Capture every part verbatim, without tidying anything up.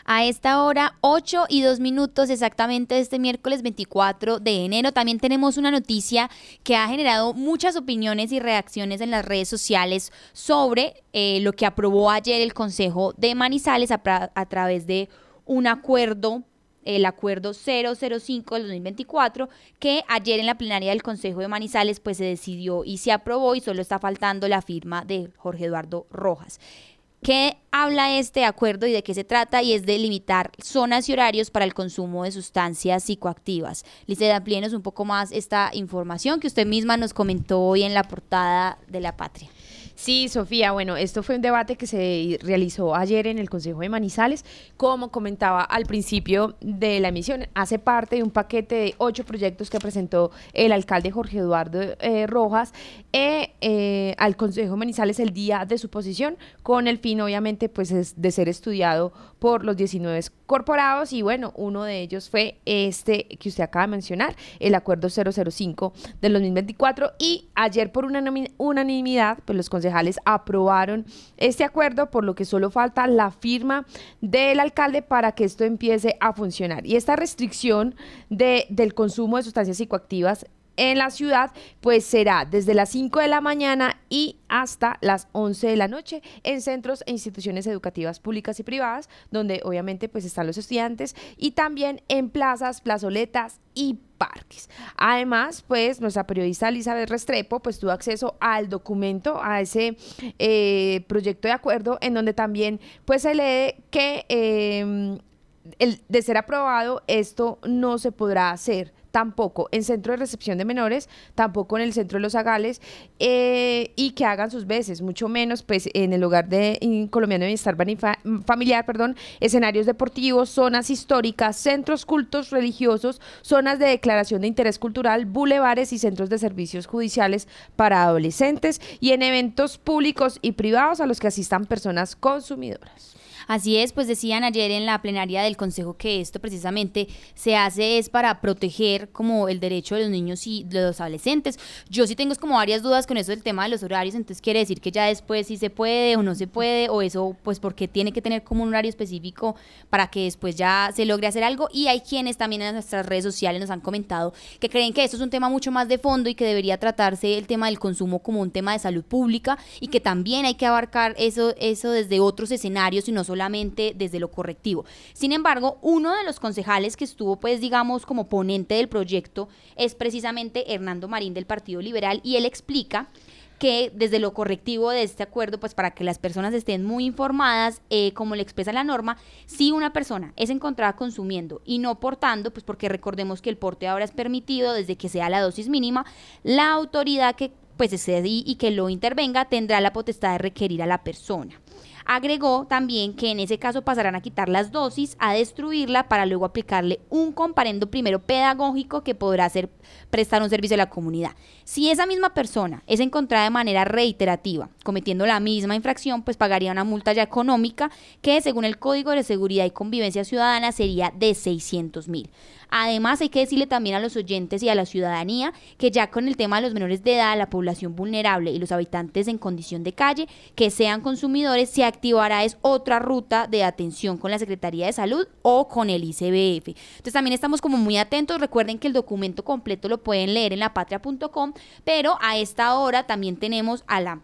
A esta hora, ocho y dos minutos exactamente este miércoles veinticuatro de enero, también tenemos una noticia que ha generado muchas opiniones y reacciones en las redes sociales sobre eh, lo que aprobó ayer el Consejo de Manizales a, a través de un acuerdo, el acuerdo cero cero cinco del dos mil veinticuatro, que ayer en la plenaria del Consejo de Manizales pues se decidió y se aprobó, y solo está faltando la firma de Jorge Eduardo Rojas. ¿Qué habla este acuerdo y de qué se trata? Y es de limitar zonas y horarios para el consumo de sustancias psicoactivas. Liceda, amplíenos un poco más esta información que usted misma nos comentó hoy en la portada de La Patria. Sí, Sofía, bueno, esto fue un debate que se realizó ayer en el Consejo de Manizales. Como comentaba al principio de la emisión, hace parte de un paquete de ocho proyectos que presentó el alcalde Jorge Eduardo eh, Rojas eh, eh, al Consejo de Manizales el día de su posición, con el fin, obviamente, pues es de ser estudiado por los diecinueve corporados, y bueno, uno de ellos fue este que usted acaba de mencionar, el acuerdo cero cero cinco del dos mil veinticuatro, y ayer por unanimidad, pues los concejales aprobaron este acuerdo, por lo que solo falta la firma del alcalde para que esto empiece a funcionar. Y esta restricción de, del consumo de sustancias psicoactivas en la ciudad, pues será desde las cinco de la mañana y hasta las once de la noche en centros e instituciones educativas públicas y privadas, donde obviamente pues están los estudiantes, y también en plazas, plazoletas y parques. Además, pues nuestra periodista Elizabeth Restrepo pues tuvo acceso al documento, a ese eh, proyecto de acuerdo, en donde también pues se lee que eh, el, de ser aprobado, esto no se podrá hacer tampoco en centro de recepción de menores, tampoco en el centro de los Zagales, eh, y que hagan sus veces, mucho menos pues en el hogar de colombiano de bienestar familiar, perdón, escenarios deportivos, zonas históricas, centros cultos religiosos, zonas de declaración de interés cultural, bulevares y centros de servicios judiciales para adolescentes, y en eventos públicos y privados a los que asistan personas consumidoras. Así es, pues decían ayer en la plenaria del Consejo que esto precisamente se hace es para proteger como el derecho de los niños y de los adolescentes. Yo sí tengo como varias dudas con eso del tema de los horarios, entonces quiere decir que ya después sí se puede o no se puede, o eso pues porque tiene que tener como un horario específico para que después ya se logre hacer algo. Y hay quienes también en nuestras redes sociales nos han comentado que creen que esto es un tema mucho más de fondo y que debería tratarse el tema del consumo como un tema de salud pública, y que también hay que abarcar eso, eso desde otros escenarios y no solo solamente desde lo correctivo. Sin embargo, uno de los concejales que estuvo, pues digamos, como ponente del proyecto es precisamente Hernando Marín del Partido Liberal, y él explica que desde lo correctivo de este acuerdo, pues para que las personas estén muy informadas, eh, como le expresa la norma, si una persona es encontrada consumiendo y no portando, pues porque recordemos que el porte ahora es permitido desde que sea la dosis mínima, la autoridad que pues excede y que lo intervenga tendrá la potestad de requerir a la persona. Agregó también que en ese caso pasarán a quitar las dosis, a destruirla, para luego aplicarle un comparendo primero pedagógico que podrá hacer prestar un servicio a la comunidad. Si esa misma persona es encontrada de manera reiterativa cometiendo la misma infracción, pues pagaría una multa ya económica que, según el Código de Seguridad y Convivencia Ciudadana, sería de seiscientos mil. Además, hay que decirle también a los oyentes y a la ciudadanía que ya con el tema de los menores de edad, la población vulnerable y los habitantes en condición de calle que sean consumidores, se activará es otra ruta de atención con la Secretaría de Salud o con el I C B F. Entonces también estamos como muy atentos. Recuerden que el documento completo lo pueden leer en la patria punto com, pero a esta hora también tenemos a la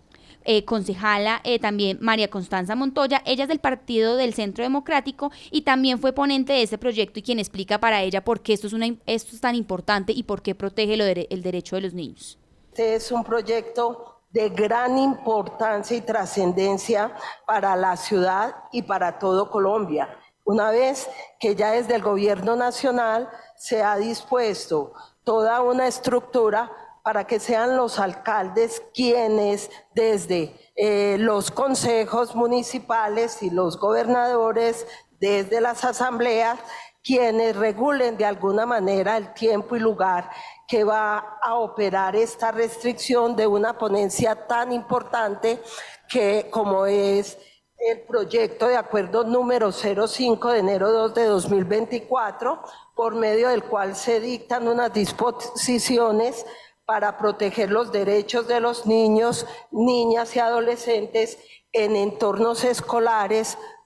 Eh, concejala eh, también María Constanza Montoya. Ella es del Partido del Centro Democrático y también fue ponente de este proyecto, y quien explica para ella por qué esto es, una, esto es tan importante y por qué protege lo de, el derecho de los niños. Este es un proyecto de gran importancia y trascendencia para la ciudad y para todo Colombia, una vez que ya desde el gobierno nacional se ha dispuesto toda una estructura para que sean los alcaldes quienes desde eh, los consejos municipales y los gobernadores desde las asambleas, quienes regulen de alguna manera el tiempo y lugar que va a operar esta restricción de una ponencia tan importante que como es el proyecto de acuerdo número cero cinco de enero dos de dos mil veinticuatro, por medio del cual se dictan unas disposiciones para proteger los derechos de los niños, niñas y adolescentes en entornos escolares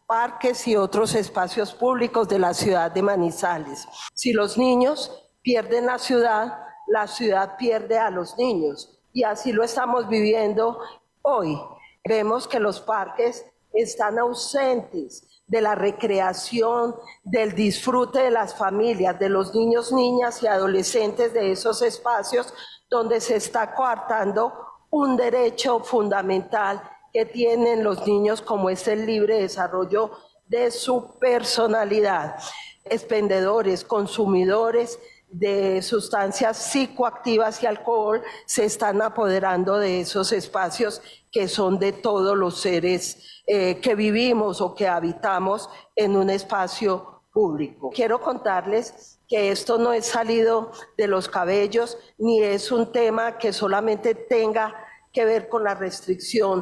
parques y otros espacios públicos de la ciudad de Manizales. Si los niños pierden la ciudad, la ciudad pierde a los niños, y así lo estamos viviendo hoy. Vemos que los parques están ausentes de la recreación, del disfrute de las familias, de los niños, niñas y adolescentes de esos espacios donde se está coartando un derecho fundamental que tienen los niños, como es el libre desarrollo de su personalidad. Expendedores, consumidores de sustancias psicoactivas y alcohol se están apoderando de esos espacios que son de todos los seres eh, que vivimos o que habitamos en un espacio público. Quiero contarles que esto no es salido de los cabellos, ni es un tema que solamente tenga que ver con la restricción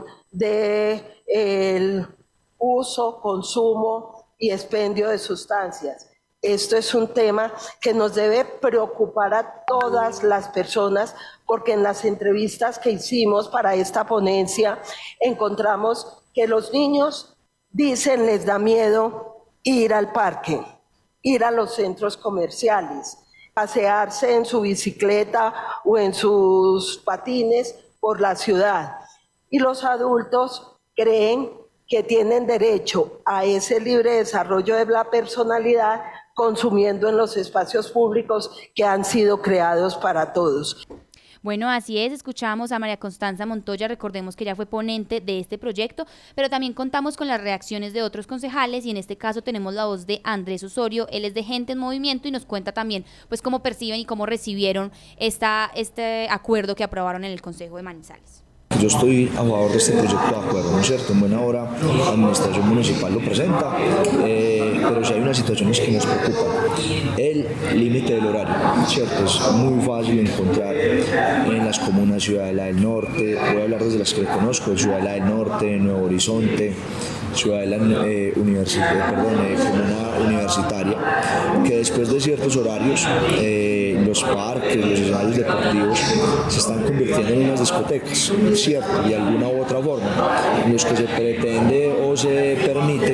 del uso, consumo y expendio de sustancias. Esto es un tema que nos debe preocupar a todas las personas, porque en las entrevistas que hicimos para esta ponencia encontramos que los niños dicen les da miedo ir al parque, ir a los centros comerciales, pasearse en su bicicleta o en sus patines por la ciudad. Y los adultos creen que tienen derecho a ese libre desarrollo de la personalidad consumiendo en los espacios públicos que han sido creados para todos. Bueno, así es, escuchamos a María Constanza Montoya, recordemos que ella fue ponente de este proyecto, pero también contamos con las reacciones de otros concejales, y en este caso tenemos la voz de Andrés Osorio. Él es de Gente en Movimiento y nos cuenta también pues cómo perciben y cómo recibieron esta, este acuerdo que aprobaron en el Consejo de Manizales. Yo estoy a favor de este proyecto de acuerdo, ¿no es cierto? En buena hora la administración municipal lo presenta, eh, pero si hay unas situaciones que nos preocupan. El límite del horario, ¿cierto? Es muy fácil encontrar en las comunas Ciudadela del Norte, voy a hablar desde las que conozco, Ciudadela del Norte, Nuevo Horizonte, Ciudadela eh, universitaria, perdón, eh, comuna universitaria, que después de ciertos horarios eh, los parques, los escenarios deportivos se están convirtiendo en unas discotecas, ¿cierto? De alguna u otra forma, en los que se pretende o se permite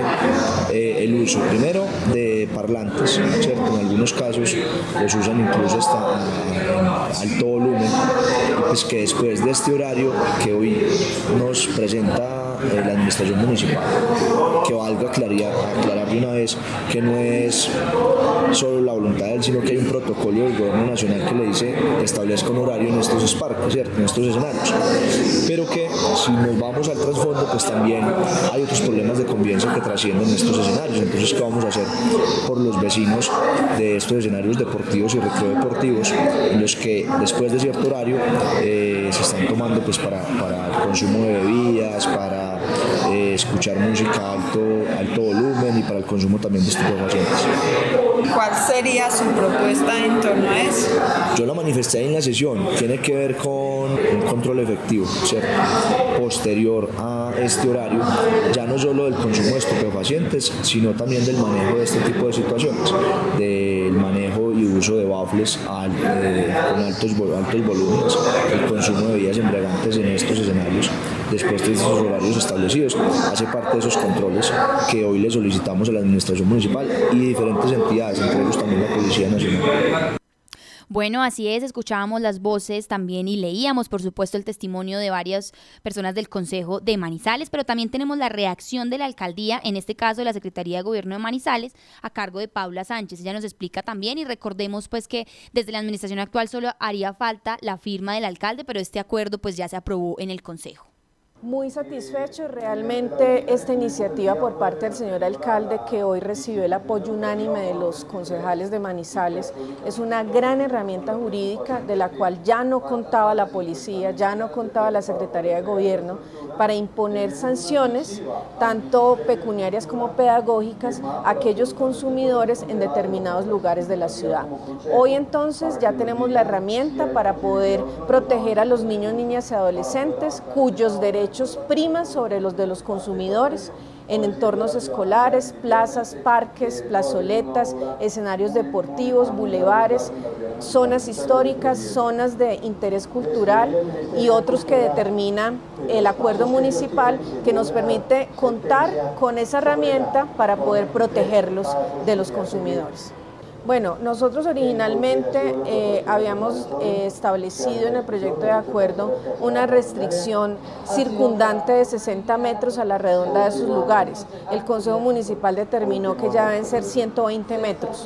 eh, el uso primero de parlantes, ¿cierto? En algunos casos los usan incluso hasta en alto volumen, pues que después de este horario que hoy nos presenta eh, la administración municipal, que valga aclarar, aclarar de una vez que no es solo la voluntad de él, sino que hay un protocolo del gobierno nacional que le dice que establezca un horario en estos parques, ¿cierto? En estos escenarios, pero que si nos vamos al trasfondo, pues también hay otros problemas de convivencia que trascienden estos escenarios. Entonces, ¿qué vamos a hacer por los vecinos de estos escenarios deportivos y recreo-deportivos, en los que después de cierto horario eh, se están tomando pues para, para el consumo de bebidas, para eh, escuchar música a alto, alto volumen y para el consumo también de estupefacientes? ¿Cuál sería su propuesta en torno a eso? Yo la manifesté en la sesión, tiene que ver con un control efectivo, ¿cierto? Posterior a este horario, ya no solo del consumo de estupefacientes, sino también del manejo de este tipo de situaciones, del manejo y uso de baffles al, eh, con altos, altos volúmenes, el consumo de bebidas embriagantes en estos escenarios, después de esos horarios establecidos, hace parte de esos controles que hoy le solicitamos a la administración municipal y diferentes entidades, entre ellos también la Policía Nacional. Bueno, así es, escuchábamos las voces también y leíamos, por supuesto, el testimonio de varias personas del Consejo de Manizales, pero también tenemos la reacción de la alcaldía, en este caso de la Secretaría de Gobierno de Manizales, a cargo de Paula Sánchez. Ella nos explica también, y recordemos pues que desde la administración actual solo haría falta la firma del alcalde, pero este acuerdo pues ya se aprobó en el Consejo. Muy satisfecho realmente esta iniciativa por parte del señor alcalde, que hoy recibió el apoyo unánime de los concejales de Manizales. Es una gran herramienta jurídica de la cual ya no contaba la policía, ya no contaba la Secretaría de Gobierno, para imponer sanciones, tanto pecuniarias como pedagógicas, a aquellos consumidores en determinados lugares de la ciudad. Hoy entonces ya tenemos la herramienta para poder proteger a los niños, niñas y adolescentes cuyos derechos priman sobre los de los consumidores, en entornos escolares, plazas, parques, plazoletas, escenarios deportivos, bulevares, zonas históricas, zonas de interés cultural y otros que determina el acuerdo municipal, que nos permite contar con esa herramienta para poder protegerlos de los consumidores. Bueno, nosotros originalmente eh, habíamos eh, establecido en el proyecto de acuerdo una restricción circundante de sesenta metros a la redonda de sus lugares. El Consejo Municipal determinó que ya deben ser ciento veinte metros.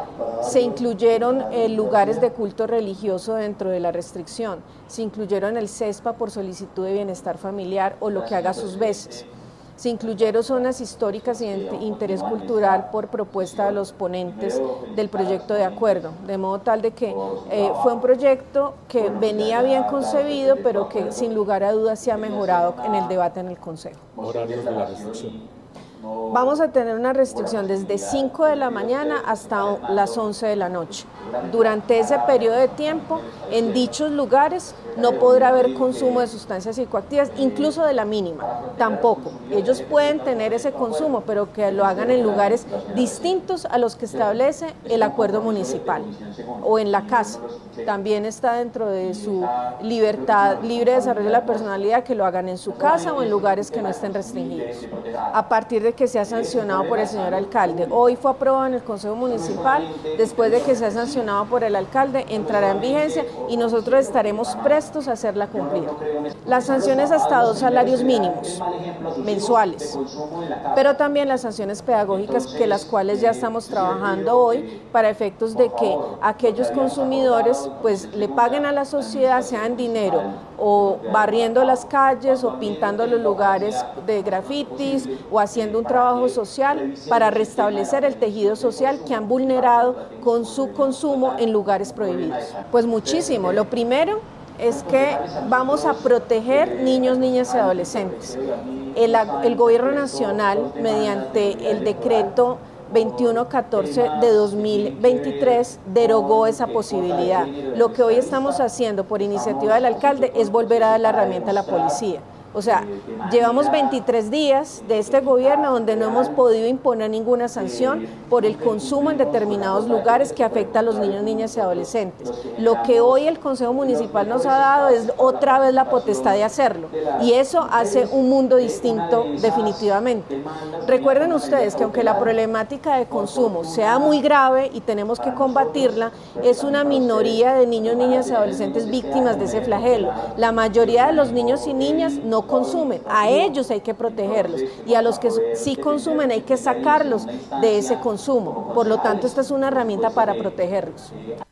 Se incluyeron eh, lugares de culto religioso dentro de la restricción. Se incluyeron el CESPA por solicitud de bienestar familiar o lo que haga sus veces. Se incluyeron zonas históricas y de interés cultural por propuesta de los ponentes del proyecto de acuerdo, de modo tal de que eh, fue un proyecto que venía bien concebido, pero que sin lugar a dudas se ha mejorado en el debate en el Consejo. Horarios de la restricción. Vamos a tener una restricción desde cinco de la mañana hasta las once de la noche. Durante ese periodo de tiempo, en dichos lugares no podrá haber consumo de sustancias psicoactivas, incluso de la mínima, tampoco. Ellos pueden tener ese consumo, pero que lo hagan en lugares distintos a los que establece el acuerdo municipal o en la casa. También está dentro de su libertad, libre desarrollo de la personalidad, que lo hagan en su casa o en lugares que no estén restringidos. A partir de que sea sancionado por el señor alcalde. Hoy fue aprobado en el Consejo Municipal, después de que sea sancionado por el alcalde, entrará en vigencia y nosotros estaremos prestos a hacerla cumplir. Las sanciones hasta dos salarios mínimos mensuales, pero también las sanciones pedagógicas, que las cuales ya estamos trabajando hoy para efectos de que aquellos consumidores pues le paguen a la sociedad, sea en dinero o barriendo las calles o pintando los lugares de grafitis o haciendo un trabajo social para restablecer el tejido social que han vulnerado con su consumo en lugares prohibidos. Pues muchísimo. Lo primero es que vamos a proteger niños, niñas y adolescentes. El, el Gobierno Nacional, mediante el decreto veintiuno catorce de dos mil veintitrés, derogó esa posibilidad. Lo que hoy estamos haciendo por iniciativa del alcalde es volver a dar la herramienta a la policía. O sea, llevamos veintitrés días de este gobierno donde no hemos podido imponer ninguna sanción por el consumo en determinados lugares que afecta a los niños, niñas y adolescentes. Lo que hoy el Consejo Municipal nos ha dado es otra vez la potestad de hacerlo, y eso hace un mundo distinto definitivamente. Recuerden ustedes que aunque la problemática de consumo sea muy grave y tenemos que combatirla, es una minoría de niños, niñas y adolescentes víctimas de ese flagelo. La mayoría de los niños y niñas no consumen, a ellos hay que protegerlos, y a los que sí consumen hay que sacarlos de ese consumo. Por lo tanto, esta es una herramienta para protegerlos.